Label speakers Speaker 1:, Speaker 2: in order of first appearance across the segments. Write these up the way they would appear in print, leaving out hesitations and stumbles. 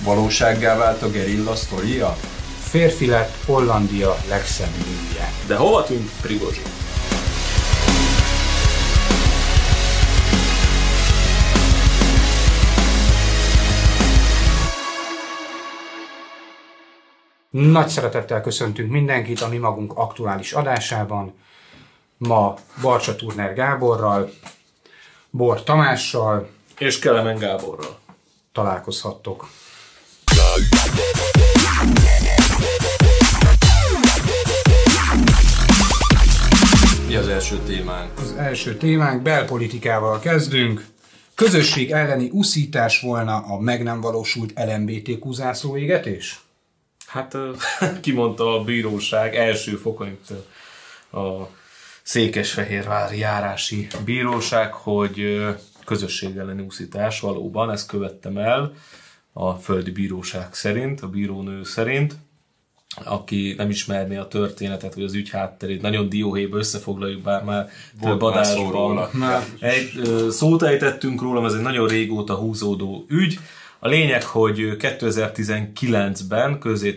Speaker 1: Valósággá vált a gerilla sztoria?
Speaker 2: Férfi lett Hollandia legszebb nője.
Speaker 3: De hova tűnt Prigozsin?
Speaker 2: Nagy szeretettel köszöntünk mindenkit a mi magunk aktuális adásában. Ma Barcsa Turner Gáborral, Bor Tamással
Speaker 3: és Kelemen Gáborral
Speaker 2: találkozhattok.
Speaker 1: Mi az első témánk?
Speaker 2: Az első témánk belpolitikával kezdünk. Közösség elleni uszítás volna a meg nem valósult LMBTQ zászlóégetés?
Speaker 3: Hát kimondta a bíróság első fokon itt a Székesfehérvári járási bíróság, hogy közösség elleni uszítás valóban, ezt követtem el a földi bíróság szerint, a bírónő szerint, aki nem ismerné a történetet, vagy az ügy hátterét, nagyon dióhéjba összefoglaljuk, bár már több adásban. Szót ejtettünk róla, ez egy nagyon régóta húzódó ügy. A lényeg, hogy 2019-ben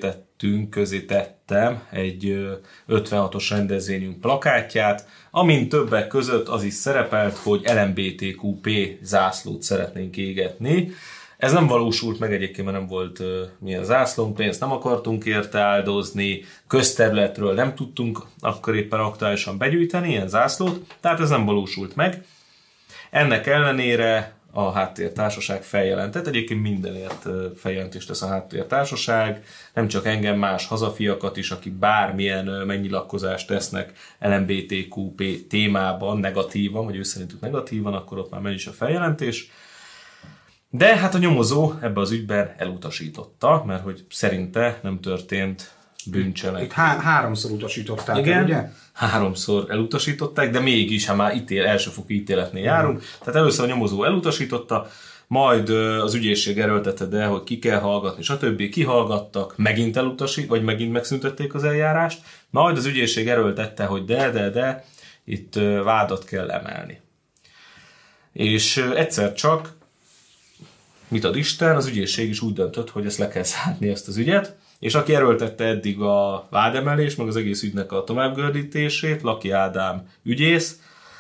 Speaker 3: közétettem egy 56-os rendezvényünk plakátját, amin többek között az is szerepelt, hogy LMBTQP zászlót szeretnénk égetni. Ez nem valósult meg egyébként, mert nem volt milyen zászlónk, pénzt nem akartunk érte áldozni, közterületről nem tudtunk akkor éppen aktuálisan begyűjteni ilyen zászlót, tehát ez nem valósult meg. Ennek ellenére a Háttértársaság feljelentett, egyébként mindenért feljelentést tesz a Háttértársaság, nem csak engem, más hazafiakat is, akik bármilyen megnyilatkozást tesznek LMBTQP témában negatívan, vagy ő szerintük negatívan, akkor ott már megy is a feljelentés. De hát a nyomozó ebbe az ügyben elutasította, mert hogy szerinte nem történt bűncselekmény.
Speaker 2: Itt háromszor utasították.
Speaker 3: Igen,
Speaker 2: ugye?
Speaker 3: Háromszor elutasították, de mégis, ha már elsőfokú ítéletnél járunk. Tehát először a nyomozó elutasította, majd az ügyészség erőltette, de hogy ki kell hallgatni, stb. Kihallgattak, megint vagy megint megszüntették az eljárást, majd az ügyészség erőltette, hogy de, itt vádat kell emelni. És egyszer csak, mit ad Isten, az ügyészség is úgy döntött, hogy ezt le kell zárni, ezt az ügyet, és aki erőltette eddig a vádemelés, meg az egész ügynek a továbbgördítését, Laki Ádám ügyész,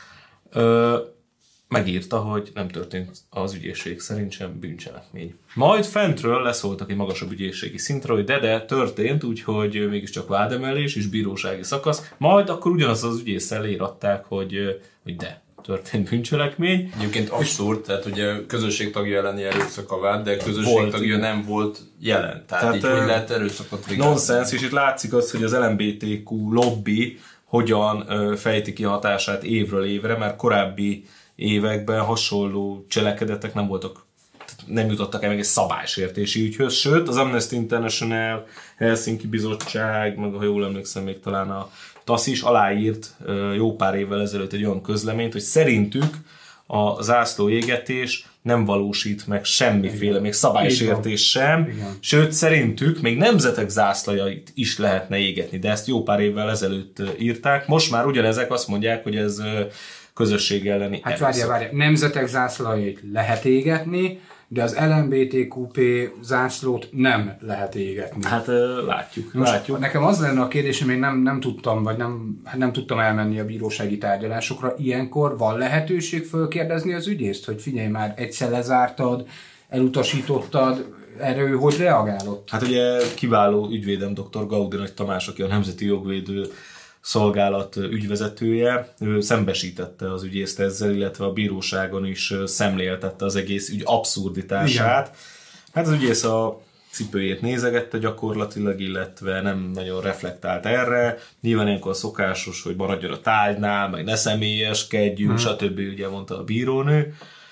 Speaker 3: megírta, hogy nem történt az ügyészség szerint sem bűncselekmény. Majd fentről leszóltak egy magasabb ügyészségi szintre, hogy de történt, úgyhogy mégiscsak vádemelés és bírósági szakasz, majd akkor ugyanaz az ügyésszel leíratták, hogy de történt bűncselekmény.
Speaker 1: Egyébként abszurd, tehát ugye közösség tagja elleni erőszak a vád, de közösség tagja nem volt jelen. Tehát így hogy lehet erőszakot végezni.
Speaker 3: Nonsens, és itt látszik az, hogy az LMBTQ lobby hogyan fejti ki hatását évről évre, mert korábbi években hasonló cselekedetek nem voltak, nem jutottak el meg egy szabálysértési ügyhöz, sőt az Amnesty International, Helsinki Bizottság, meg ha jól emlékszem még talán a TASZ is aláírt jó pár évvel ezelőtt egy olyan közleményt, hogy szerintük a zászlóégetés nem valósít meg semmiféle, még szabálysértés sem, sőt szerintük még nemzetek zászlajait is lehetne égetni, de ezt jó pár évvel ezelőtt írták. Most már ugyanezek azt mondják, hogy ez közösség elleni
Speaker 2: erőszak. Hát várja, nemzetek zászlajait lehet égetni, de az LMBTQP zászlót nem lehet égetni.
Speaker 3: Hát látjuk.
Speaker 2: Nekem az lenne a kérdésem, én nem tudtam, vagy nem tudtam elmenni a bírósági tárgyalásokra. Ilyenkor van lehetőség fölkérdezni az ügyészt, hogy figyelj már, egyszer lezártad, elutasítottad, erre hogy reagálott?
Speaker 3: Hát ugye kiváló ügyvédem dr. Gaudi Nagy Tamás, aki a Nemzeti Jogvédő Szolgálat ügyvezetője, ő szembesítette az ügyészt ezzel, illetve a bíróságon is szemléltette az egész ügy abszurditását. Igen. Hát az ügyész a cipőjét nézegette gyakorlatilag, illetve nem nagyon reflektált erre. Nyilván ilyenkor szokásos, hogy maradjon a tárgynál, meg ne személyeskedjünk, stb. Ugye mondta a bírónő.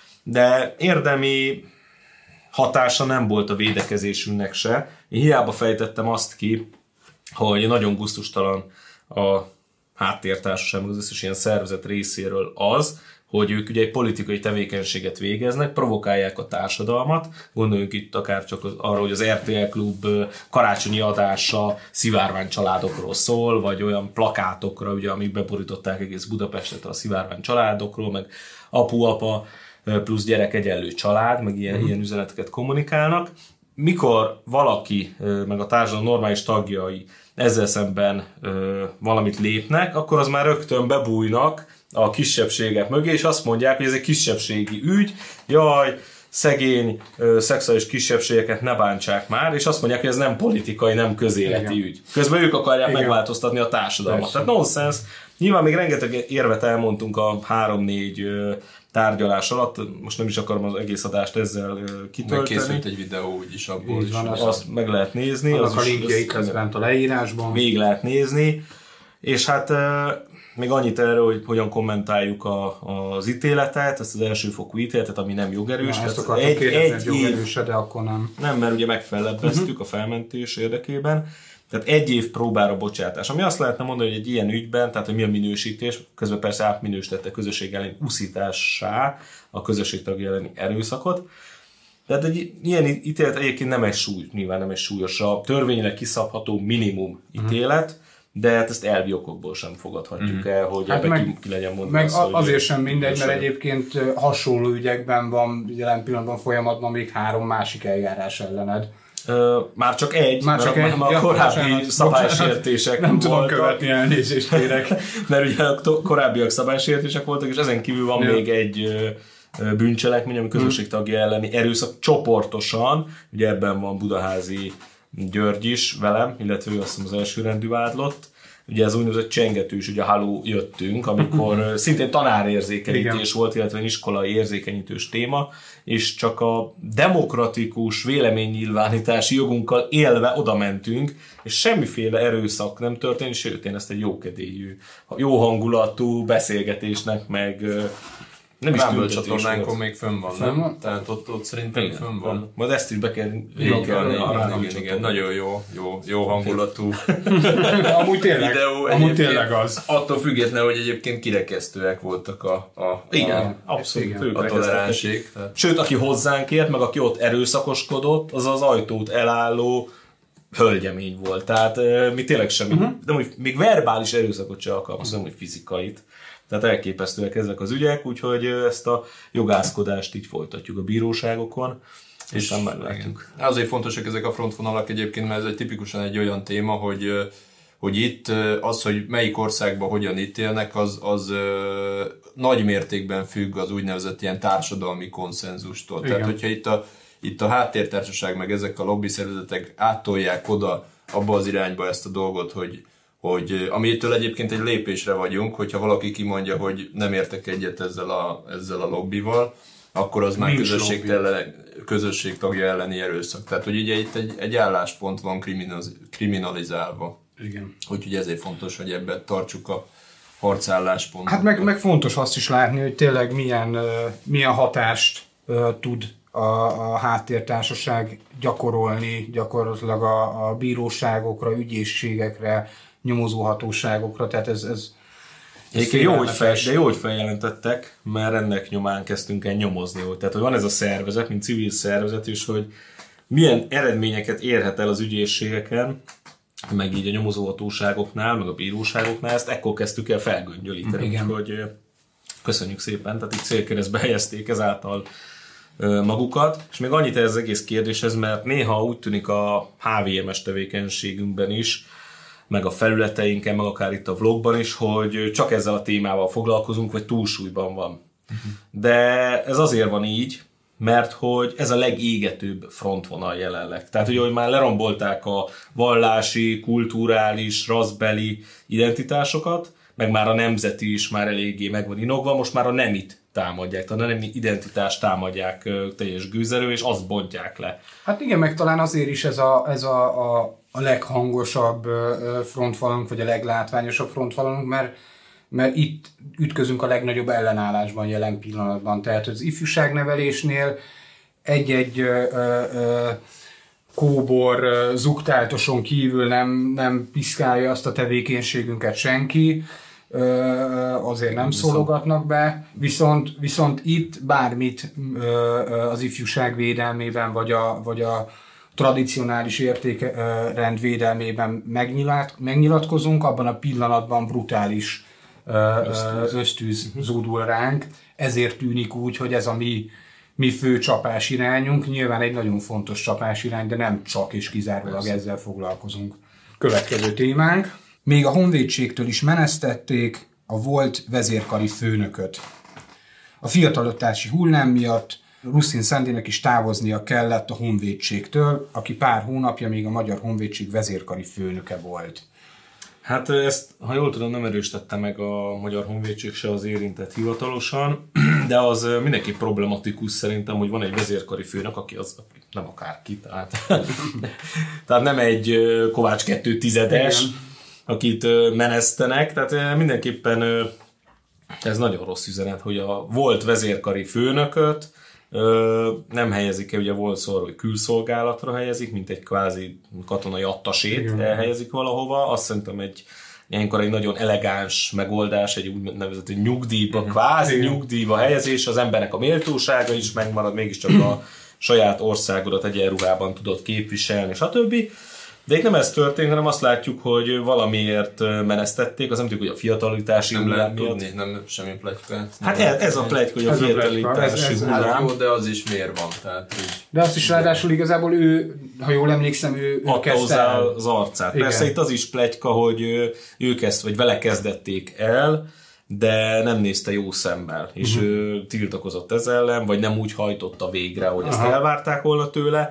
Speaker 3: De érdemi hatása nem volt a védekezésünknek se. Én hiába fejtettem azt ki, hogy nagyon gusztustalan a Háttértársaság, az összes ilyen szervezet részéről az, hogy ők ugye egy politikai tevékenységet végeznek, provokálják a társadalmat, gondoljunk itt akár csak arra, hogy az RTL Klub karácsonyi adása szivárvány családokról szól, vagy olyan plakátokra, ugye, amik beborították egész Budapestet a szivárvány családokról, meg apu-apa plusz gyerek egyenlő család, meg ilyen üzeneteket kommunikálnak. mikor valaki, meg a társadalom normális tagjai ezzel szemben valamit lépnek, akkor az már rögtön bebújnak a kisebbségek mögé, és azt mondják, hogy ez egy kisebbségi ügy, jaj, szegény szexuális kisebbségeket ne bántsák már, és azt mondják, hogy ez nem politikai, nem közéleti ügy. Közben ők akarják megváltoztatni a társadalmat. Persze. Tehát nonsense. Nyilván még rengeteg érvet elmondtunk a 3-4 tárgyalás alatt, most nem is akarom az egész adást ezzel kitölteni.
Speaker 1: Megkészült egy videó úgyis abból is.
Speaker 3: Van, azt meg lehet nézni.
Speaker 2: Annak a linkje itt lesz bent a leírásban.
Speaker 3: Végig lehet nézni. És hát még annyit erről, hogy hogyan kommentáljuk az ítéletet, ezt az elsőfokú ítéletet, ami nem jogerős.
Speaker 2: Ezt akartam kérdezni, hogy jogerőse, de akkor nem.
Speaker 3: Nem, mert ugye megfellebbeztük a felmentés érdekében. Tehát 1 év próbára bocsátás. Ami azt lehetne mondani, hogy egy ilyen ügyben, tehát hogy mi a minősítés, közben persze átminősítette közösség elleni uszítássá a közösségtagja elleni erőszakot. Tehát egy ilyen ítélet egyébként nyilván nem egy súlyos, a törvényileg kiszabható minimum ítélet, de hát ezt elvi okokból sem fogadhatjuk el, hogy hát ebbe ki legyen mondva.
Speaker 2: Meg azért sem mindegy, mert egyébként hasonló ügyekben van jelen pillanatban folyamatban még 3 másik eljárás ellened.
Speaker 3: Már csak egy, mert a korábbi szabálysértések
Speaker 2: nem tudom követni, elnézést kérek.
Speaker 3: Mert ugye a korábbiak szabálysértések voltak, és ezen kívül van még egy bűncselekmény, ami közösségtagja elleni erőszak csoportosan, ugye ebben van Budaházi György is velem, illetve ő azt hiszem az elsőrendű vádlott. Ugye ez úgynevezett csengetős, ugye halló jöttünk, amikor szintén tanárérzékenyítés volt, illetve iskolai érzékenyítős téma, és csak a demokratikus véleménynyilvánítási jogunkkal élve oda mentünk, és semmiféle erőszak nem történt, sőt, én ezt egy jókedélyű, jó hangulatú beszélgetésnek, meg nem is
Speaker 1: Rumble csatornánkon még fönn van, nem? Tehát ott szerintem fönn van.
Speaker 3: Majd ezt is be kell
Speaker 1: igen. Nagyon jó hangulatú
Speaker 2: amúgy tényleg,
Speaker 1: videó.
Speaker 2: Amúgy tényleg az.
Speaker 1: Attól függetlenül, hogy egyébként kirekesztőek voltak
Speaker 3: abszolút
Speaker 1: a toleránség.
Speaker 3: Sőt, aki hozzánk ért, meg aki ott erőszakoskodott, az az ajtót elálló hölgyemény volt. Tehát mi tényleg semmi, de még verbális erőszakot sem alkalmazom, hogy fizikait. Tehát elképesztőek ezek az ügyek, úgyhogy ezt a jogászkodást így folytatjuk a bíróságokon, és nem meglátjuk.
Speaker 1: Azért fontosak ezek a frontvonalak egyébként, mert ez egy tipikusan egy olyan téma, hogy itt az, hogy melyik országban hogyan ítélnek, az nagy mértékben függ az úgynevezett ilyen társadalmi konszenzustól. Igen. Tehát, hogyha itt a háttértársaság meg ezek a lobbyszervezetek áttolják oda abba az irányba ezt a dolgot, hogy amitől egyébként egy lépésre vagyunk, hogyha valaki kimondja, hogy nem értek egyet ezzel a lobbival, akkor az már közösségtagja elleni erőszak. Tehát, hogy ugye itt egy álláspont van kriminalizálva.
Speaker 2: Igen.
Speaker 1: Úgyhogy ezért fontos, hogy ebben tartsuk a harcálláspontot.
Speaker 2: Hát meg fontos azt is látni, hogy tényleg milyen hatást tud a háttértársaság gyakorolni gyakorlatilag a bíróságokra, ügyészségekre, nyomozóhatóságokra, tehát ez
Speaker 3: jó, hogy feljelentettek, mert ennek nyomán kezdtünk el nyomozni. Tehát, hogy van ez a szervezet, mint civil szervezet is, hogy milyen eredményeket érhet el az ügyészségeken, meg így a nyomozóhatóságoknál, meg a bíróságoknál, ezt ekkor kezdtük el felgöngyölíteni. Úgyhogy köszönjük szépen, tehát így célkeresztbe helyezték ezáltal magukat. És még annyit ez az egész kérdéshez, mert néha úgy tűnik a HVM-es tevékenységünkben is, meg a felületeinken, meg akár itt a vlogban is, hogy csak ezzel a témával foglalkozunk, vagy túlsúlyban van. De ez azért van így, mert hogy ez a legégetőbb frontvonal jelenleg. Tehát ugye, hogy már lerombolták a vallási, kulturális, rasszbeli identitásokat, meg már a nemzeti is már eléggé meg van inogva, most már a nemit támadják, a nemi identitást támadják teljes gőzerő, és azt bontják le.
Speaker 2: Hát igen, meg talán azért is ez a leghangosabb frontvonalunk, vagy a leglátványosabb frontvonalunk, mert itt ütközünk a legnagyobb ellenállásban jelen pillanatban. Tehát az ifjúságnevelésnél egy-egy kóbor zuktáltoson kívül nem piszkálja azt a tevékenységünket senki, azért nem szólogatnak be, viszont itt bármit az ifjúság védelmében, vagy a tradicionális értékrend védelmében megnyilatkozunk, abban a pillanatban brutális ösztűz zúdul ránk. Ezért tűnik úgy, hogy ez a mi mi fő csapás irányunk. Nyilván egy nagyon fontos csapás irány, de nem csak és kizárólag ezzel foglalkozunk. Következő témánk. Még a honvédségtől is menesztették a volt vezérkari főnököt. A fiatalítási hullám miatt Ruszin Sandynek is távoznia kellett a honvédségtől, aki pár hónapja még a Magyar Honvédség vezérkari főnöke volt.
Speaker 3: Hát ezt, ha jól tudom, nem erősítette meg a Magyar Honvédség se az érintett hivatalosan, de az mindenki problematikus szerintem, hogy van egy vezérkari főnök, aki az nem akárki, tehát nem egy Kovács 2/10-es, akit menesztenek, tehát mindenképpen ez nagyon rossz üzenet, hogy a volt vezérkari főnököt nem helyezik el, ugye volt szó, hogy külszolgálatra helyezik, mint egy kvázi katonai attasét elhelyezik valahova. Azt szerintem ilyenkor egy nagyon elegáns megoldás, egy úgynevezett nyugdíjba, kvázi nyugdíjba helyezés, az embernek a méltósága is megmarad, mégiscsak a saját országodat egyenruhában tudod képviselni, stb. De itt nem ez történt, hanem azt látjuk, hogy valamiért menesztették, az nem tudjuk, hogy a fiatalitási hullám miatt.
Speaker 1: Nem semmi pletykát.
Speaker 3: Hát ez a pletyka, hogy a fiatalitási hullám.
Speaker 1: De az is miért van? Tehát,
Speaker 2: de azt is ráadásul igazából ő, ha jól emlékszem, ő
Speaker 3: kezdte el az arcát. Igen. Persze itt az is pletyka, hogy vagy vele kezdették el, de nem nézte jó szemmel, és ő tiltakozott ez ellen, vagy nem úgy hajtotta végre, hogy ezt elvárták volna tőle.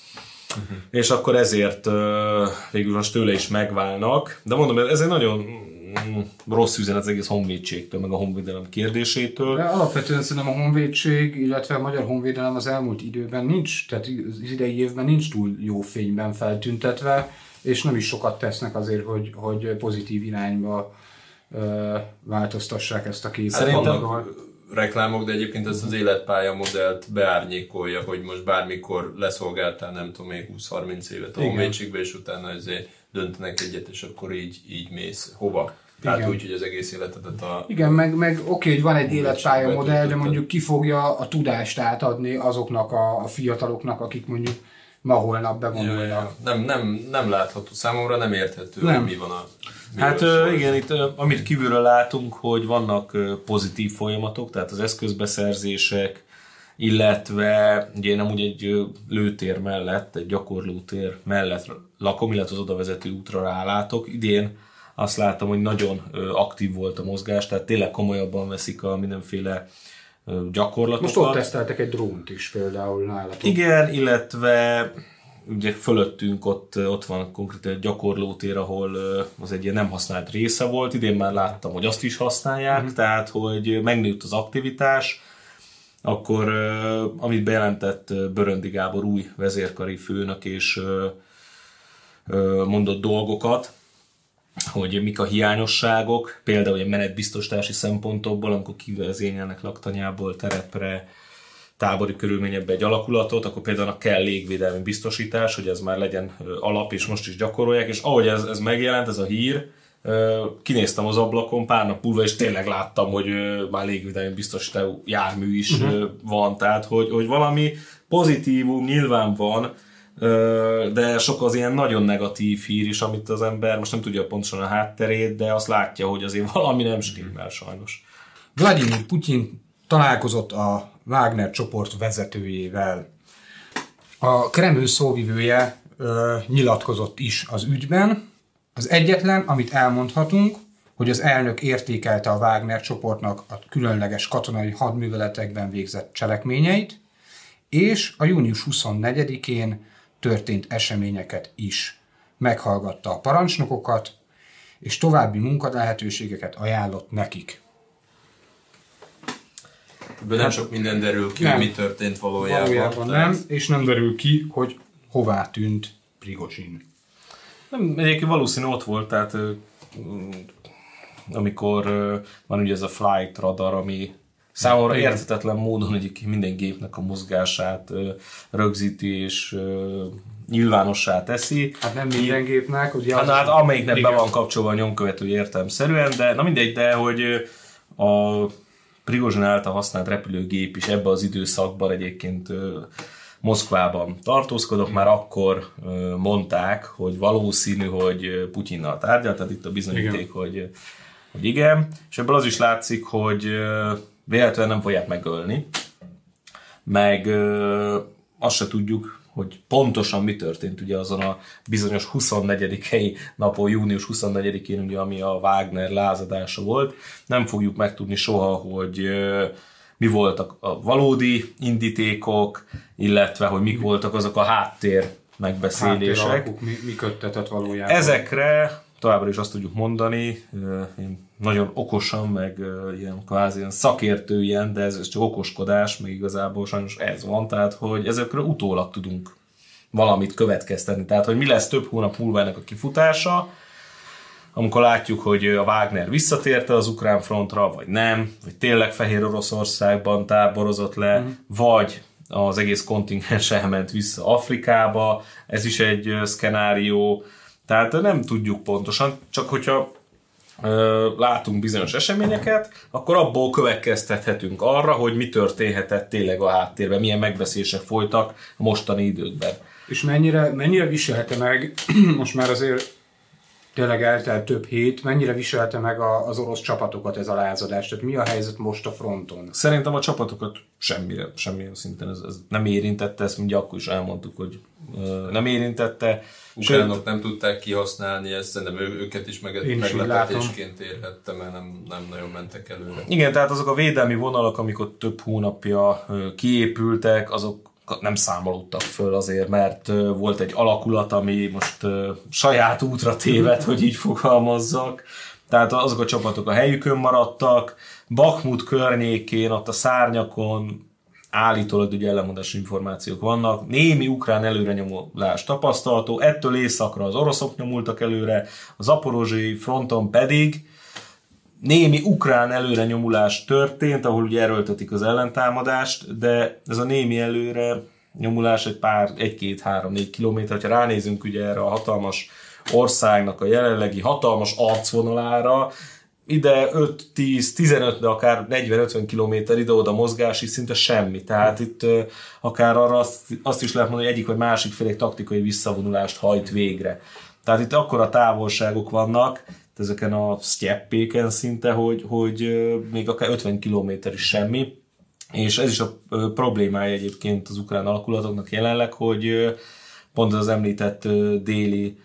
Speaker 3: És akkor ezért végül most tőle is megválnak. De mondom, ez egy nagyon rossz üzenet az egész honvédségtől, meg a honvédelem kérdésétől.
Speaker 2: De alapvetően szerintem a honvédség, illetve a magyar honvédelem az elmúlt időben nincs, tehát az idei évben nincs túl jó fényben feltüntetve, és nem is sokat tesznek azért, hogy pozitív irányba változtassák ezt a képet.
Speaker 1: Szerintem reklámok, de egyébként ezt az életpálya modellt beárnyékolja, hogy most bármikor leszolgáltál, nem tudom, még 20-30 évet a honvédségbe, és utána ezért döntenek egyet, és akkor így mész. Hova? Tehát úgy, hogy az egész életedet a...
Speaker 2: Igen, meg oké, hogy van egy életpálya modell, de mondjuk ki fogja a tudást átadni azoknak a fiataloknak, akik mondjuk ma-holnap bevonulnak.
Speaker 1: Nem látható számomra, nem érthető, hogy mi van a...
Speaker 3: Hát igen, itt amit kívülről látunk, hogy vannak pozitív folyamatok, tehát az eszközbeszerzések, illetve ugye én amúgy egy lőtér mellett, egy gyakorlótér mellett lakom, illetve az oda vezető útra rálátok. Idén azt láttam, hogy nagyon aktív volt a mozgás, tehát tényleg komolyabban veszik a mindenféle gyakorlatokat.
Speaker 2: Most ott teszteltek egy drónt is például nálatok.
Speaker 3: Igen, illetve ugye fölöttünk ott van konkrétan egy gyakorlótér, ahol az egy ilyen nem használt része volt. Idén már láttam, hogy azt is használják, tehát hogy megnőtt az aktivitás. Akkor, amit bejelentett Böröndi Gábor új vezérkari főnök, és mondott dolgokat, hogy mik a hiányosságok, például a menetbiztosítási szempontokból, amikor kivezényelnek laktanyából terepre, tábori körülményekben egy alakulatot, akkor például kell légvédelmi biztosítás, hogy ez már legyen alap, és most is gyakorolják, és ahogy ez megjelent, ez a hír, kinéztem az ablakon pár nap múlva, és tényleg láttam, hogy már légvédelmi biztosító jármű is van, tehát hogy valami pozitívum nyilván van, de sok az ilyen nagyon negatív hír is, amit az ember most nem tudja pontosan a hátterét, de azt látja, hogy azért valami nem stimmel sajnos.
Speaker 2: Vladimir Putyin találkozott a Wagner csoport vezetőjével. A Kreml szóvivője nyilatkozott is az ügyben. Az egyetlen, amit elmondhatunk, hogy az elnök értékelte a Wagner csoportnak a különleges katonai hadműveletekben végzett cselekményeit, és a június 24-én történt eseményeket is. Meghallgatta a parancsnokokat, és további munkalehetőségeket ajánlott nekik.
Speaker 1: Ebből nem sok minden derül ki, hogy mi történt valójában.
Speaker 2: Nem, és nem derül ki, hogy hová tűnt Prigozsin.
Speaker 3: Nem, egyébként valószínű ott volt, tehát amikor van ugye ez a flight radar, ami számomra érthetetlen módon egyébként minden gépnek a mozgását rögzíti és nyilvánossá teszi.
Speaker 2: Hát nem minden gépnek, ugye az...
Speaker 3: Hát amelyiknek be van kapcsolva a nyomkövető értelemszerűen, de na mindegy, de hogy a Prigozsin által használt repülőgép is ebben az időszakban egyébként Moszkvában tartózkodott, már akkor mondták, hogy valószínű, hogy Putyinnal tárgyal, tehát itt a bizonyíték, hogy igen. És ebből az is látszik, hogy véletlenül nem fogják megölni. meg azt se tudjuk, hogy pontosan mi történt ugye azon a bizonyos 24. napon, június 24-én, ugye, ami a Wagner lázadása volt. Nem fogjuk megtudni soha, hogy mi voltak a valódi indítékok, illetve hogy mik voltak azok a háttér megbeszélések.
Speaker 2: Háttéralkuk, mi köttetett valójában.
Speaker 3: Ezekre továbbra is azt tudjuk mondani, én nagyon okosan, meg ilyen kvázi ilyen szakértő ilyen, de ez csak okoskodás, meg igazából sajnos ez van, tehát hogy ezekről utólag tudunk valamit következtetni. Tehát, hogy mi lesz több hónap múlva ennek a kifutása, amikor látjuk, hogy a Wagner visszatérte az ukrán frontra, vagy nem, vagy tényleg Fehér Oroszországban táborozott le, vagy az egész kontingens elment vissza Afrikába, ez is egy szkenárió, tehát nem tudjuk pontosan, csak hogyha látunk bizonyos eseményeket, akkor abból következtethetünk arra, hogy mi történhetett tényleg a háttérben, milyen megbeszélések folytak a mostani időkben.
Speaker 2: És mennyire viselte meg, most már azért tényleg eltelt több hét, mennyire viselte meg az orosz csapatokat ez a lázadás? Tehát mi a helyzet most a fronton?
Speaker 3: Szerintem a csapatokat semmilyen szinten ez nem érintette, ezt mindjárt akkor is elmondtuk, hogy nem érintette.
Speaker 1: Ukránok nem tudták kihasználni ezt, szerintem őket is meglepetésként érhette, mert nem nagyon mentek előre.
Speaker 3: Igen, tehát azok a védelmi vonalak, amik ott több hónapja kiépültek, azok nem számolódtak föl azért, mert volt egy alakulat, ami most saját útra tévedt, hogy így fogalmazzak. Tehát azok a csapatok a helyükön maradtak, Bakhmut környékén, ott a szárnyakon állítólag ugye ellenmondásos információk vannak, némi ukrán előrenyomulás tapasztalható, ettől északra az oroszok nyomultak előre, a zaporozsői fronton pedig némi ukrán előrenyomulás történt, ahol ugye erőltetik az ellentámadást, de ez a némi előrenyomulás egy 1-2-3-4 kilométer, ha ránézünk ugye erre a hatalmas országnak a jelenlegi hatalmas arcvonalára, ide 5-10-15, de akár 40-50 kilométer ide-oda mozgás is szinte semmi. Tehát itt akár arra azt is lehet mondani, hogy egyik vagy másik fél egy taktikai visszavonulást hajt végre. Tehát itt akkora távolságok vannak, ezeken a sztyeppéken szinte, hogy még akár 50 kilométer is semmi. És ez is a problémája egyébként az ukrán alakulatoknak jelenleg, hogy pont az említett déli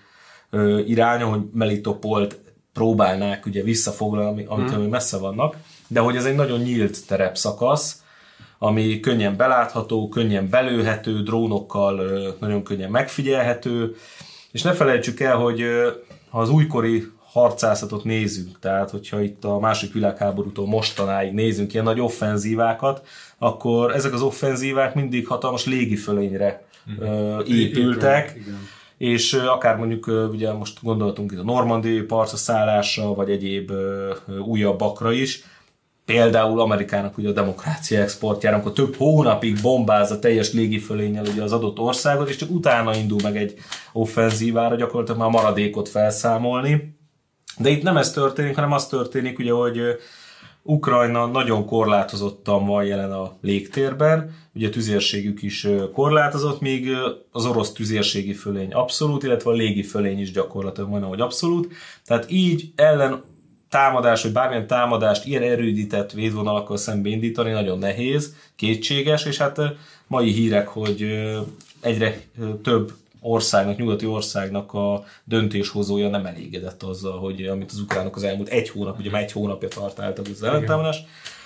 Speaker 3: irány, hogy Melitopolt próbálnák ugye visszafoglalni, amitől még messze vannak, de hogy ez egy nagyon nyílt terepszakasz, ami könnyen belátható, könnyen belőhető, drónokkal nagyon könnyen megfigyelhető, és ne felejtsük el, hogy ha az újkori harcászatot nézünk, tehát hogyha itt a második világháborútól mostanáig nézünk ilyen nagy offenzívákat, akkor ezek az offenzívák mindig hatalmas légifölényre épültek, és akár mondjuk ugye most gondoltunk itt a normandiai partra szállása, vagy egyéb újabbakra is, például Amerikának ugye a demokrácia exportjára, amikor több hónapig bombázza teljes légifölénnyel ugye az adott országot, és csak utána indul meg egy offenzívára, gyakorlatilag már maradékot felszámolni. De itt nem ez történik, hanem az történik, ugye, hogy Ukrajna nagyon korlátozottan van jelen a légtérben, ugye a tüzérségük is korlátozott, míg az orosz tüzérségi fölény abszolút, illetve a légi fölény is gyakorlatilag majdnem, hogy abszolút. Tehát így ellen támadás, vagy bármilyen támadást ilyen erődített védvonalakkal szembe indítani nagyon nehéz, kétséges, és hát mai hírek, hogy egyre több országnak, nyugati országnak a döntéshozója nem elégedett azzal, hogy amit az ukránok az elmúlt egy hónap, ugye már egy hónapja tartáltak az ellentámadást,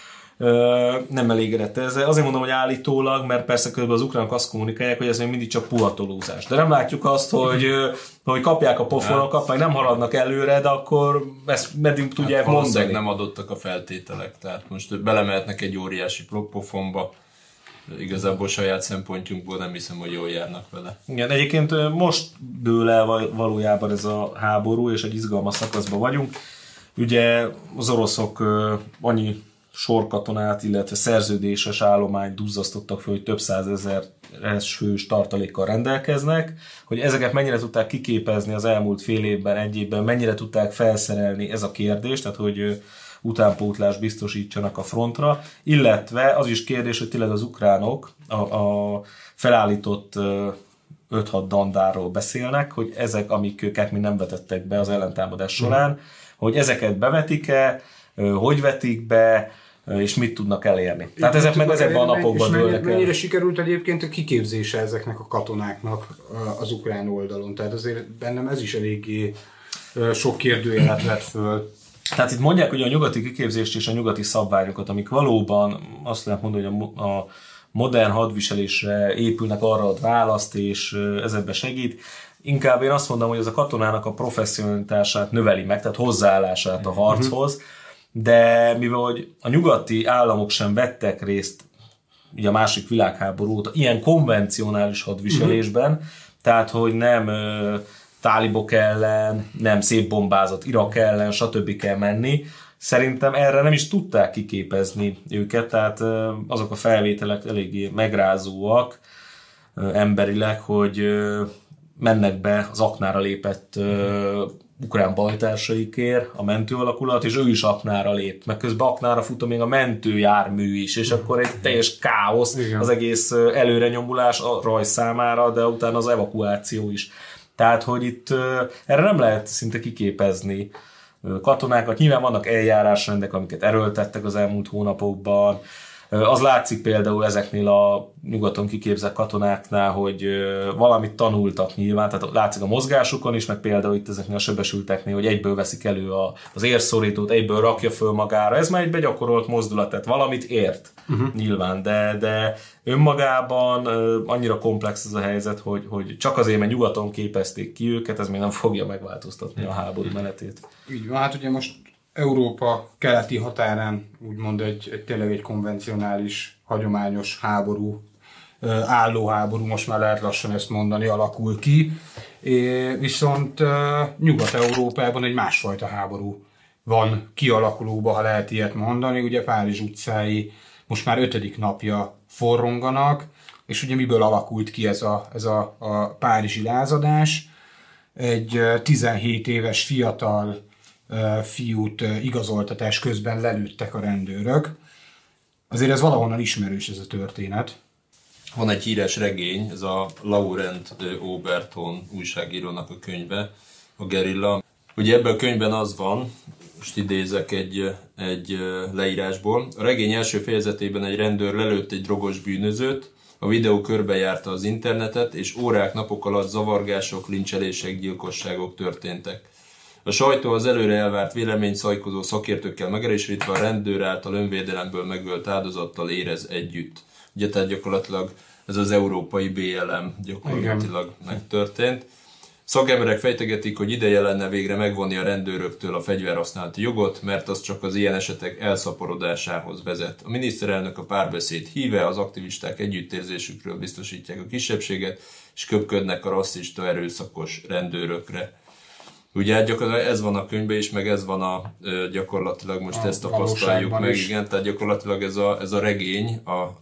Speaker 3: nem elégedett ezzel. Azért mondom, hogy állítólag, mert persze közben az ukránok azt kommunikálják, hogy ez még mindig csak puhatolózás. De nem látjuk azt, hogy kapják a pofonokat, meg nem haladnak előre, de akkor ezt meddig tudják mondani.
Speaker 1: Nem adottak a feltételek, tehát most belemehetnek egy óriási pofonba. Igazából saját szempontjunkból nem hiszem, hogy jól járnak vele.
Speaker 3: Igen, egyébként most dől el valójában ez a háború, és egy izgalmas szakaszban vagyunk. Ugye az oroszok annyi sorkatonát, illetve szerződéses állományt duzzasztottak föl, hogy több százezeres fős tartalékkal rendelkeznek, hogy ezeket mennyire tudták kiképezni az elmúlt fél évben, egy évben, mennyire tudták felszerelni, ez a kérdés, tehát hogy utánpótlást biztosítsanak a frontra, illetve az is kérdés, hogy tényleg az ukránok a felállított 5-6 dandáról beszélnek, hogy ezek, amik őket még nem vetettek be az ellentámadás során, hogy ezeket bevetik-e, hogy vetik be, és mit tudnak elérni. Tehát ezek meg ezekben a napokban dőlnek el.
Speaker 2: Mennyire sikerült egyébként a kiképzése ezeknek a katonáknak az ukrán oldalon? Tehát azért bennem ez is eléggé sok kérdőjelet vett föl.
Speaker 3: Tehát itt mondják, hogy a nyugati kiképzést és a nyugati szabványokat, amik valóban azt lehet mondani, hogy a modern hadviselésre épülnek, arra ad választ, és ez ebbe segít. Inkább én azt mondom, hogy ez a katonának a professzionalitását növeli meg, tehát hozzáállását a harchoz, de mivel hogy a nyugati államok sem vettek részt ugye a második világháború óta ilyen konvencionális hadviselésben, tehát hogy nem tálibok ellen, nem szétbombázott Irak ellen, stb. Kell menni. Szerintem erre nem is tudták kiképezni őket, tehát azok a felvételek eléggé megrázóak emberileg, hogy mennek be az aknára lépett ukrán bajtársaikért a mentő alakulat, és ő is aknára lép, meg közben aknára fut még a mentőjármű is, és akkor egy teljes káosz az egész előrenyomulás a rajz számára, de utána az evakuáció is. Tehát, hogy itt erre nem lehet szinte kiképezni katonákat. Nyilván vannak eljárásrendek, amiket erőltettek az elmúlt hónapokban. Az látszik például ezeknél a nyugaton kiképzett katonáknál, hogy valamit tanultak nyilván, tehát látszik a mozgásukon is, meg például itt ezeknél a sebesülteknél, hogy egyből veszik elő az érszorítót, egyből rakja föl magára. Ez már egy begyakorolt mozdulat, tehát valamit ért nyilván, de önmagában annyira komplex ez a helyzet, hogy csak azért, mert nyugaton képezték ki őket, ez még nem fogja megváltoztatni a háború menetét.
Speaker 2: Így van, hát ugye most Európa keleti határán úgymond tényleg egy konvencionális, hagyományos háború, állóháború, most már lehet lassan ezt mondani, alakul ki. Viszont Nyugat-Európában egy másfajta háború van kialakulóba, ha lehet ilyet mondani. Ugye Párizs utcái most már 5. napja forronganak, és ugye miből alakult ki ez a párizsi lázadás? Egy 17 éves fiatal fiút igazoltatás közben lelőttek a rendőrök. Azért ez valahonnan ismerős ez a történet.
Speaker 1: Van egy híres regény, ez a Laurent de Oberton újságírónak a könyve, a Gerilla. Ugye ebben a könyvben az van, most idézek egy leírásból. A regény első fejezetében egy rendőr lelőtt egy drogos bűnözőt, a videó körbejárta az internetet, és órák, napok alatt zavargások, lincselések, gyilkosságok történtek. A sajtó az előre elvárt vélemény szajkozó szakértőkkel megerősítve a rendőr által önvédelemből megölt áldozattal érez együtt. Ugye tehát gyakorlatilag ez az európai BLM gyakorlatilag megtörtént. Szakemberek fejtegetik, hogy ideje lenne végre megvonni a rendőröktől a fegyverhasználati jogot, mert az csak az ilyen esetek elszaporodásához vezet. A miniszterelnök a párbeszéd híve, az aktivisták együttérzésükről biztosítják a kisebbséget, és köpködnek a rasszista erőszakos rendőrökre. Ugye gyakorlatilag ez van a könyvben is, meg ez van gyakorlatilag most ezt tapasztaljuk meg, igen, tehát gyakorlatilag ez a regény,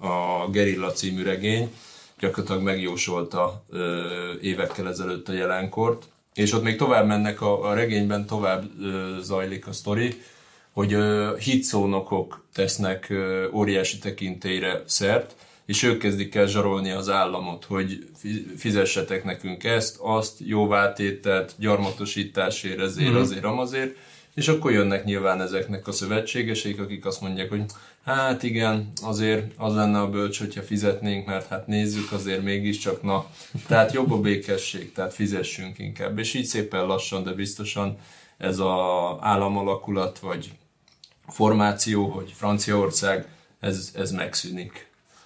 Speaker 1: a Gerilla című regény, gyakorlatilag megjósolta évekkel ezelőtt a jelenkort, és ott még tovább mennek a regényben, tovább zajlik a sztori, hogy hitszónokok tesznek óriási tekintélyre szert, és ők kezdik el zsarolni az államot, hogy fizessetek nekünk ezt, azt, jóvátételt, gyarmatosításért, ezért, azért, amazért, és akkor jönnek nyilván ezeknek a szövetségeseik, akik azt mondják, hogy hát igen, azért az lenne a bölcs, hogyha fizetnénk, mert hát nézzük, azért mégiscsak, na, tehát jobb a békesség, tehát fizessünk inkább. És így szépen lassan, de biztosan ez az államalakulat, vagy formáció, hogy Franciaország, ez megszűnik.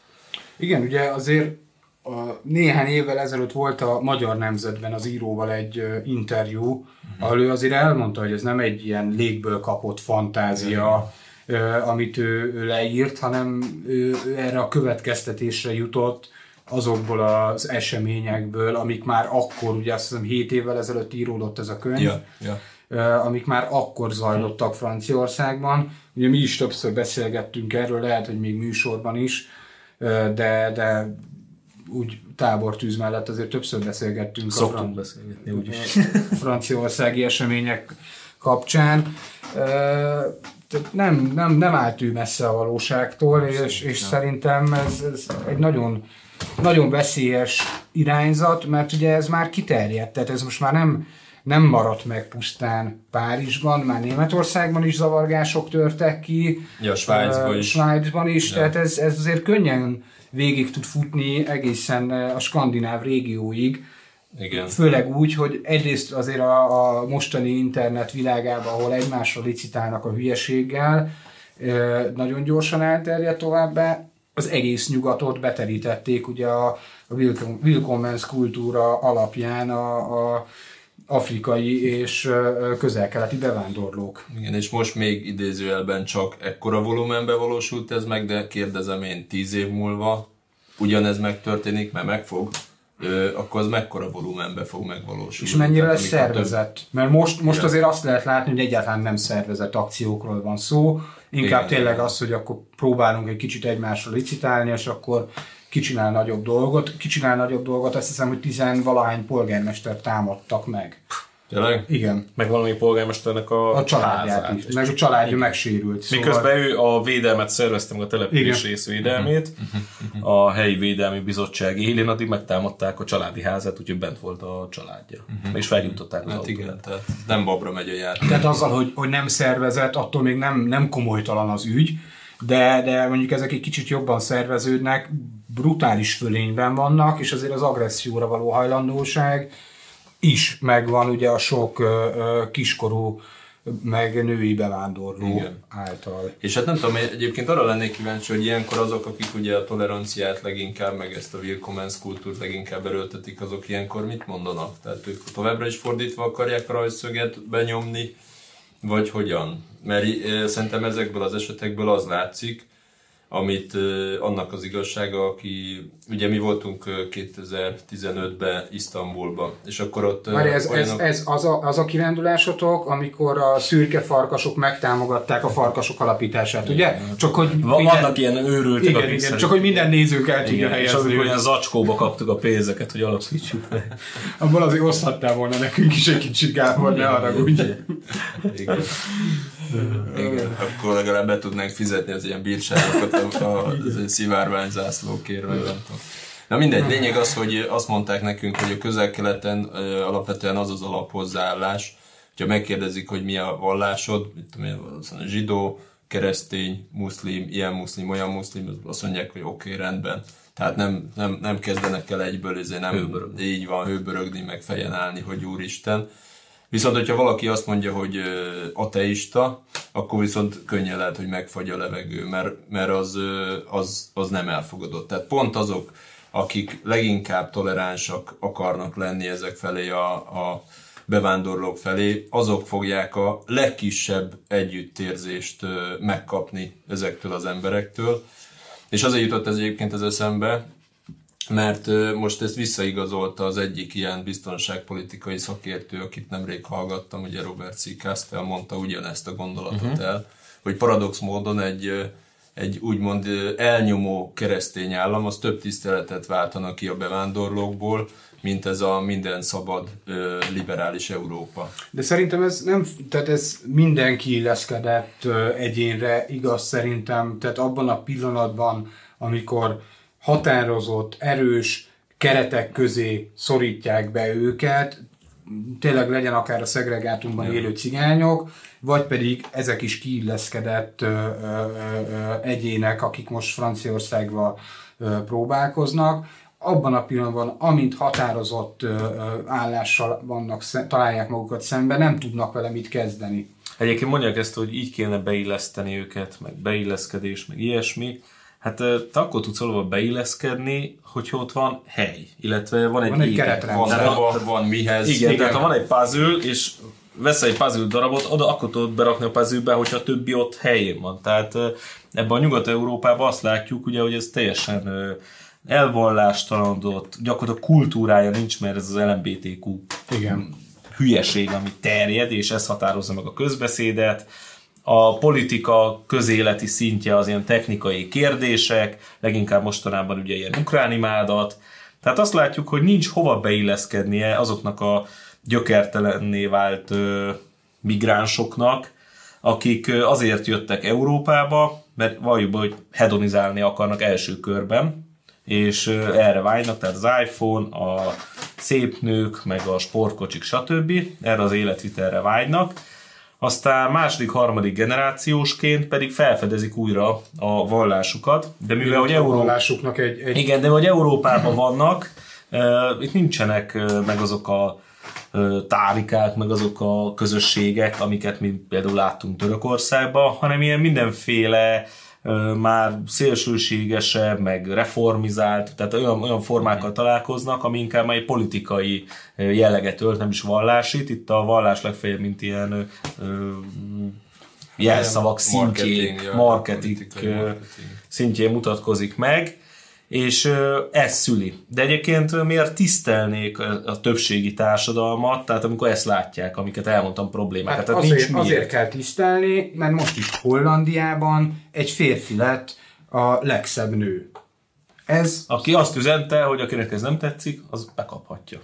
Speaker 2: Igen, ugye azért néhány évvel ezelőtt volt a Magyar Nemzetben az íróval egy interjú, ahol ő azért elmondta, hogy ez nem egy ilyen légből kapott fantázia, amit ő leírt, hanem ő erre a következtetésre jutott azokból az eseményekből, amik már akkor, ugye azt hiszem 7 évvel ezelőtt íródott ez a könyv, amik már akkor zajlottak Franciaországban. Ugye mi is többször beszélgettünk erről, lehet, hogy még műsorban is, de úgy tábortűz mellett azért többször beszélgettünk
Speaker 3: beszélgetni úgyis.
Speaker 2: Franciaországi események kapcsán. Tehát nem állt ő messze a valóságtól, és szerintem ez egy nagyon, nagyon veszélyes irányzat, mert ugye ez már kiterjedt, tehát ez most már nem maradt meg pusztán Párizsban, már Németországban is zavargások törtek ki.
Speaker 1: Ja,
Speaker 2: Svájcban is.
Speaker 1: Ja.
Speaker 2: Tehát ez azért könnyen végig tud futni egészen a skandináv régióig.
Speaker 1: Igen.
Speaker 2: Főleg úgy, hogy egyrészt azért a mostani internet világában, ahol egymásra licitálnak a hülyeséggel, nagyon gyorsan elterjedt továbbá, az egész nyugatot beterítették ugye a Willkommens kultúra alapján a afrikai és közel-keleti bevándorlók.
Speaker 1: Igen, és most még idézőjelben csak ekkora volumenben valósult ez meg, de kérdezem én 10 év múlva ugyanez megtörténik, mert megfog, akkor az mekkora volumenben fog megvalósulni.
Speaker 2: És mennyire lesz szervezett? Mert most azért azt lehet látni, hogy egyáltalán nem szervezett akciókról van szó, inkább igen, tényleg az, hogy akkor próbálunk egy kicsit egymásra licitálni, és akkor kicsinál nagyobb dolgot. Azt hiszem, hogy 10-valahány polgármestert támadtak meg.
Speaker 1: Tényleg?
Speaker 2: Igen.
Speaker 3: Meg valami polgármesternek a
Speaker 2: családját is. Meg a családja megsérült.
Speaker 3: Miközben ő a védelmet szervezte, a település részvédelmét, a helyi védelmi bizottság élén, addig megtámadták a családi házát, úgyhogy bent volt a családja. És feljutották az
Speaker 1: autót. Igen, tehát nem babra megy a jár.
Speaker 2: Tehát azzal, hogy nem szervezett, attól még nem komolytalan az ügy, de mondjuk ezek egy kicsit jobban szerveződnek, brutális fölényben vannak, és azért az agresszióra való hajlandóság is megvan ugye a sok kiskorú, meg női bevándorló igen. által.
Speaker 1: És hát nem tudom, egyébként arra lennék kíváncsi, hogy ilyenkor azok, akik ugye a toleranciát leginkább, meg ezt a Willkommens kultúrt leginkább erőltetik, azok ilyenkor mit mondanak? Tehát ők továbbra is fordítva akarják a rajzszöget benyomni, vagy hogyan? Mert szerintem ezekből az esetekből az látszik, amit annak az igazsága, aki, ugye mi voltunk 2015-ben Isztambulban, és akkor ott...
Speaker 2: Várj, ez az a kirándulásotok, amikor a szürke farkasok megtámogatták a farkasok alapítását, ugye?
Speaker 3: Csak hogy vannak ilyen őrültek,
Speaker 2: igen, csak hogy minden nézők el tudja helyezni.
Speaker 3: És amikor olyan zacskóba kaptuk a pénzeket, hogy alapítsuk meg.
Speaker 2: Abból azért oszthattál volna nekünk is egy kicsit, Gábor, ne haragudj.
Speaker 1: Igen. Igen, akkor legalább be tudnánk fizetni az ilyen bírságokat a szivárványzászlókért, vagy nem tudom. Na mindegy, lényeg az, hogy azt mondták nekünk, hogy a Közel-Keleten alapvetően az az alaphozzáállás, hogyha megkérdezik, hogy mi a vallásod, mit tudom én, zsidó, keresztény, muszlim, ilyen muszlim, olyan muszlim, azt mondják, hogy oké, rendben. Tehát nem kezdenek el egyből így van hőbörögni, meg fejen állni, hogy Úristen. Viszont, hogyha valaki azt mondja, hogy ateista, akkor viszont könnyen lehet, hogy megfagy a levegő, mert az nem elfogadott. Tehát pont azok, akik leginkább toleránsak akarnak lenni ezek felé a bevándorlók felé, azok fogják a legkisebb együttérzést megkapni ezektől az emberektől. És azért jutott ez egyébként ez eszembe, mert most ezt visszaigazolta az egyik ilyen biztonságpolitikai szakértő, akit nemrég hallgattam, ugye Robert C. Castell mondta ugyanezt a gondolatot el, hogy paradox módon egy úgymond elnyomó keresztény állam, az több tiszteletet váltana ki a bevándorlókból, mint ez a minden szabad, liberális Európa.
Speaker 2: De szerintem ez mindenki illeszkedett egyénre igaz szerintem, tehát abban a pillanatban, amikor határozott, erős keretek közé szorítják be őket, tényleg legyen akár a szegregátumban élő cigányok, vagy pedig ezek is kiilleszkedett egyének, akik most Franciaországban próbálkoznak. Abban a pillanatban, amint határozott állással találják magukat szemben, nem tudnak vele mit kezdeni.
Speaker 3: Egyébként mondják ezt, hogy így kéne beilleszteni őket, meg beilleszkedés, meg ilyesmi. Hát te akkor tudsz valahol beilleszkedni, hogyha ott van hely, illetve van egy
Speaker 2: keretrendszer.
Speaker 1: Van mihez.
Speaker 3: Igen, tehát ha van egy puzzle, és veszel egy puzzle darabot, oda akkor tudod berakni a puzzle-be, hogyha a többi ott helyén van. Tehát ebben a Nyugat-Európában azt látjuk, ugye, hogy ez teljesen elvallástalanodott, gyakorlatilag kultúrája nincs, mert ez az LMBTQ hülyeség, ami terjed, és ez határozza meg a közbeszédet. A politika közéleti szintje az ilyen technikai kérdések, leginkább mostanában ugye ilyen ukránimádat. Tehát azt látjuk, hogy nincs hova beilleszkednie azoknak a gyökertelenné vált migránsoknak, akik azért jöttek Európába, mert valljuk be, hogy hedonizálni akarnak első körben, és erre vágynak, tehát az iPhone, a szép nők, meg a sportkocsik, stb. Erre az életvitelre vágynak. Aztán második, harmadik generációsként pedig felfedezik újra a vallásukat, de mivel hogy
Speaker 2: vallásuknak egy...
Speaker 3: Igen, de hogy Európában vannak, itt nincsenek meg azok a tárikák, meg azok a közösségek, amiket mi például láttunk Törökországban, hanem ilyen mindenféle már szélsőségesebb, meg reformizált, tehát olyan formákkal találkoznak, ami inkább egy politikai jelleget ölt, nem is vallásit. Itt a vallás legfeljebb, mint ilyen jelszavak szintjén, marketing szintjén mutatkozik meg, és ez szüli. De egyébként miért tisztelnék a többségi társadalmat, tehát amikor ezt látják, amiket elmondtam problémákat.
Speaker 2: Hát azért kell tisztelni, mert most is Hollandiában egy férfi lett a legszebb nő.
Speaker 3: Aki azt üzente, hogy akinek ez nem tetszik, az bekaphatja.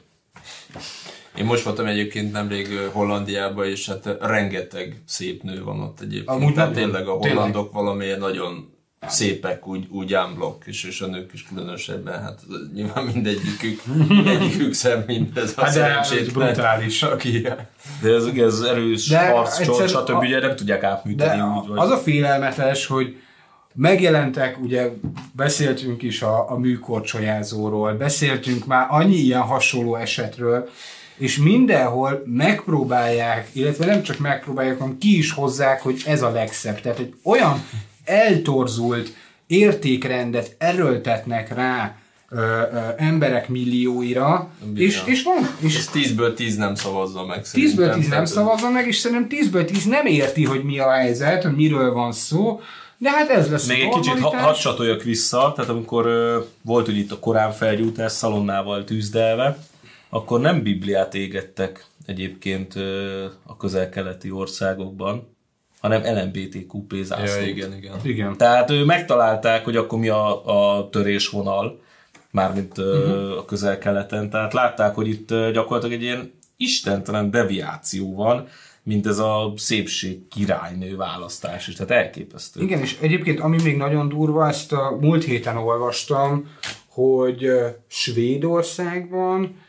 Speaker 1: Én most voltam egyébként nemrég Hollandiában, és hát rengeteg szép nő van ott egyébként. Tehát tényleg a hollandok valamilyen nagyon szépek, úgy unblock, és a nők is különösebben, hát nyilván mindegyikük szem mindez a szerencsétlen.
Speaker 2: Brutális.
Speaker 3: De ez erős harc, stb. Ugye nem tudják átműteni.
Speaker 2: Az a félelmetes, hogy megjelentek, ugye beszéltünk is a műkorcsolyázóról, beszéltünk már annyi ilyen hasonló esetről, és mindenhol megpróbálják, illetve nem csak megpróbálják, hanem ki is hozzák, hogy ez a legszebb. Tehát egy olyan eltorzult értékrendet erőltetnek rá emberek millióira, és van. És
Speaker 1: ez 10-ből 10 nem szavazza meg.
Speaker 2: 10-ből 10 nem szavazza meg, és szerintem 10-ből 10 nem érti, hogy mi a helyzet, hogy miről van szó, de hát ez lesz.
Speaker 3: Még egy kicsit hadd csatoljak vissza, tehát amikor volt ugye itt a Korán felgyújtás szalonnával tűzdelve, akkor nem Bibliát égettek egyébként a közel-keleti országokban, hanem LMBTQP zászlót.
Speaker 1: Ja, igen.
Speaker 3: Tehát megtalálták, hogy akkor mi a törésvonal, mármint a közel-keleten. Tehát látták, hogy itt gyakorlatilag egy ilyen istentelen deviáció van, mint ez a szépség királynő választás is. Tehát elképesztő.
Speaker 2: Igen, és egyébként ami még nagyon durva, ezt a múlt héten olvastam, hogy Svédországban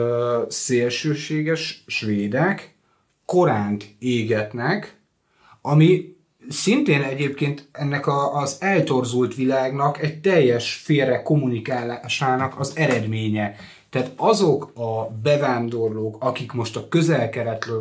Speaker 2: szélsőséges svédek Koránt égetnek, ami szintén egyébként ennek az eltorzult világnak egy teljes félre kommunikálásának az eredménye. Tehát azok a bevándorlók, akik most a közel-keletről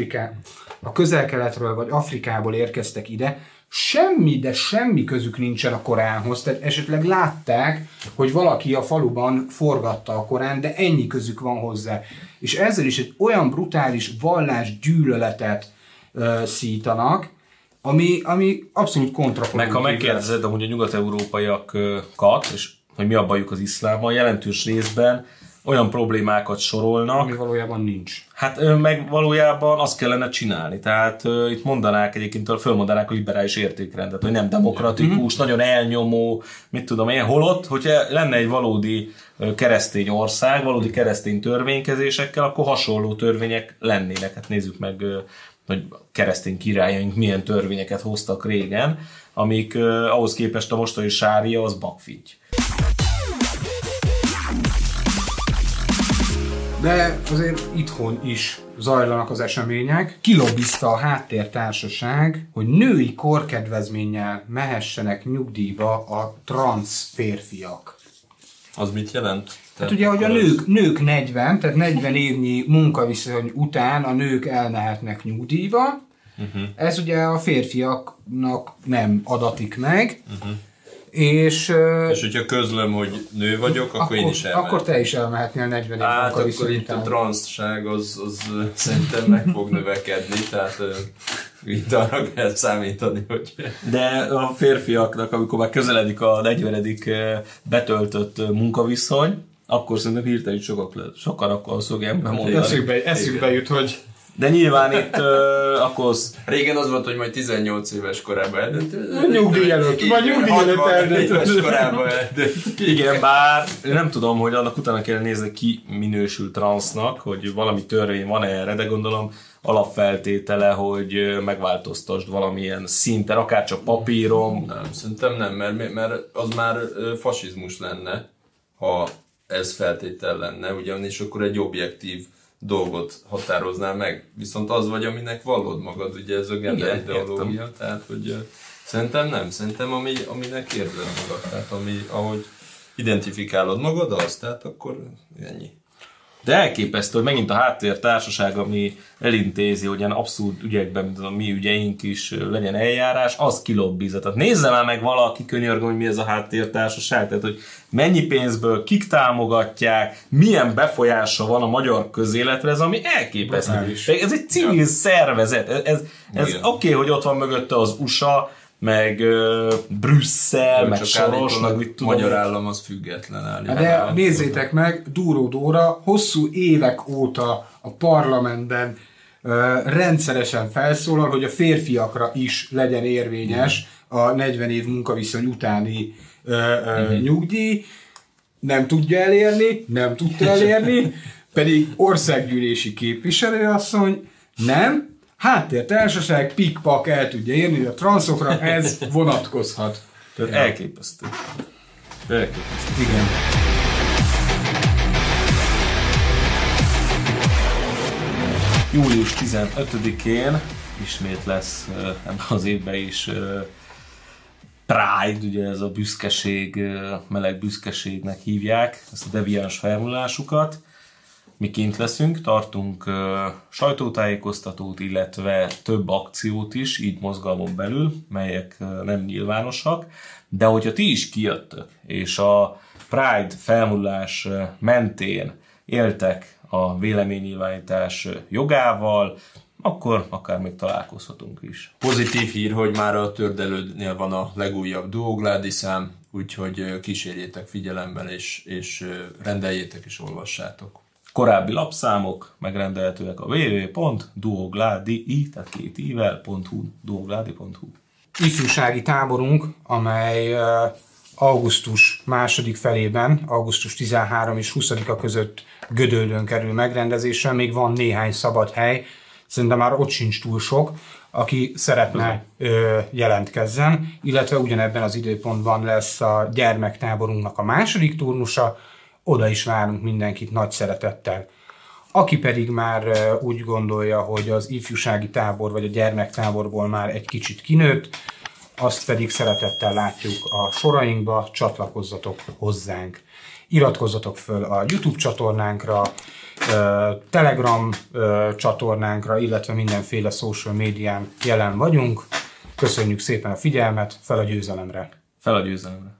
Speaker 2: vagy Afrikából érkeztek ide, semmi közük nincsen a Koránhoz, tehát esetleg látták, hogy valaki a faluban forgatta a Koránt, de ennyi közük van hozzá. És ezzel is egy olyan brutális vallásgyűlöletet szítanak, ami abszolút kontraproduktív.
Speaker 3: Meg ha megkérdezed amúgy a nyugat-európaiakat, és hogy mi a bajuk az iszlámmal, jelentős részben olyan problémákat sorolnak,
Speaker 2: ami valójában nincs.
Speaker 3: Hát meg valójában azt kellene csinálni. Tehát itt mondanák egyébként, fölmondanák a liberális értékrendet, hogy nem demokratikus, nagyon elnyomó, mit tudom én, holott, hogyha lenne egy valódi keresztény ország, valódi keresztény törvénykezésekkel, akkor hasonló törvények lennének. Hát nézzük meg, hogy keresztény királyaink milyen törvényeket hoztak régen, amik ahhoz képest a mostani sária az bakfitty.
Speaker 2: De azért itthon is zajlanak az események. Kilobbizta a háttértársaság, hogy női korkedvezménnyel mehessenek nyugdíjba a transz férfiak.
Speaker 1: Az mit jelent?
Speaker 2: Hát ugye, hogy a nők 40, tehát 40 évnyi munkaviszony után a nők elmehetnek nyugdíjba. Ez ugye a férfiaknak nem adatik meg. És
Speaker 1: hogyha közlöm, hogy nő vagyok, akkor én is elmehet.
Speaker 2: Akkor te is elmehetnél 40 év munkaviszony
Speaker 1: akkor itt a transzság az szerintem meg fog növekedni, tehát itt arra kell számítani, hogy...
Speaker 3: De a férfiaknak, amikor már közeledik a 40. betöltött munkaviszony, akkor szerintem hirtelen sokan akkor szokják mondani.
Speaker 2: Eszükbe jut, hogy...
Speaker 3: De nyilván itt akkor...
Speaker 1: Régen az volt, hogy majd 18 éves korában eldöntő.
Speaker 2: Nyugdíj előtt eldöntő.
Speaker 1: korában eldöntő.
Speaker 3: Igen, bár nem tudom, hogy annak utána kell nézni, ki minősül transznak, hogy valami törvény van erre, de gondolom alapfeltétele, hogy megváltoztasd valamilyen szinten, akár csak papíron.
Speaker 1: Nem, szerintem nem, mert az már fasizmus lenne. ha ez feltétel lenne, ugyanis akkor egy objektív dolgot határoznál meg. Viszont az vagy, aminek vallod magad, ugye ez a gender ideológia, tehát hogy szerintem nem, szerintem aminek érzed magad, tehát ahogy identifikálod magad, az, tehát akkor ennyi.
Speaker 3: De elképesztő, hogy megint a háttértársaság, ami elintézi, hogy ilyen abszurd ügyekben, mint a mi ügyeink is legyen eljárás, az kilobbizza. Tehát nézze már meg valaki, könyörgöm, hogy mi ez a háttértársaság, tehát hogy mennyi pénzből, kik támogatják, milyen befolyása van a magyar közéletre, ez ami elképesztő. Ez egy civil szervezet. Ez oké, hogy ott van mögötte az USA, meg Brüsszel, meg Soros, meg mit tudom.
Speaker 1: Magyar állam az független állítani.
Speaker 2: De nézzétek meg, Dúró Dóra hosszú évek óta a parlamentben rendszeresen felszólal, hogy a férfiakra is legyen érvényes a 40 év munkaviszony utáni nyugdíj. Nem tudja elérni, nem tudta elérni, pedig országgyűlési képviselőasszony nem. Háttértársaság, pikpak el tudja érni, hogy a transzokra ez vonatkozhat.
Speaker 3: Tehát elképesztő. Elképesztő.
Speaker 2: Igen.
Speaker 3: Július 15-én ismét lesz ebben az évben is Pride, ugye ez a büszkeség, meleg büszkeségnek hívják, ezt a deviáns felvonulásukat. Mi kint leszünk, tartunk sajtótájékoztatót, illetve több akciót is, így mozgalmon belül, melyek nem nyilvánosak, de hogyha ti is kijöttök, és a Pride felvonulás mentén éltek a véleménynyilvánítás jogával, akkor akár még találkozhatunk is.
Speaker 1: Pozitív hír, hogy már a Tördelődnél van a legújabb Duogládi szám, úgyhogy kísérjétek figyelemben, és rendeljétek és olvassátok.
Speaker 3: Korábbi lapszámok megrendelhetőek a www.duogladi, tehát 2 i-vel.hu, duogladi.hu.
Speaker 2: Ifjúsági táborunk, amely augusztus második felében, augusztus 13 és 20-a között Gödöllőn kerül megrendezésre, még van néhány szabad hely, szerintem már ott sincs túl sok, aki szeretne jelentkezzen, illetve ugyanebben az időpontban lesz a gyermektáborunknak a második turnusa, oda is várunk mindenkit nagy szeretettel. Aki pedig már úgy gondolja, hogy az ifjúsági tábor vagy a gyermektáborból már egy kicsit kinőtt, azt pedig szeretettel látjuk a sorainkba, csatlakozzatok hozzánk. Iratkozzatok föl a YouTube csatornánkra, Telegram csatornánkra, illetve mindenféle social médián jelen vagyunk. Köszönjük szépen a figyelmet, fel a győzelemre!
Speaker 3: Fel a győzelemre!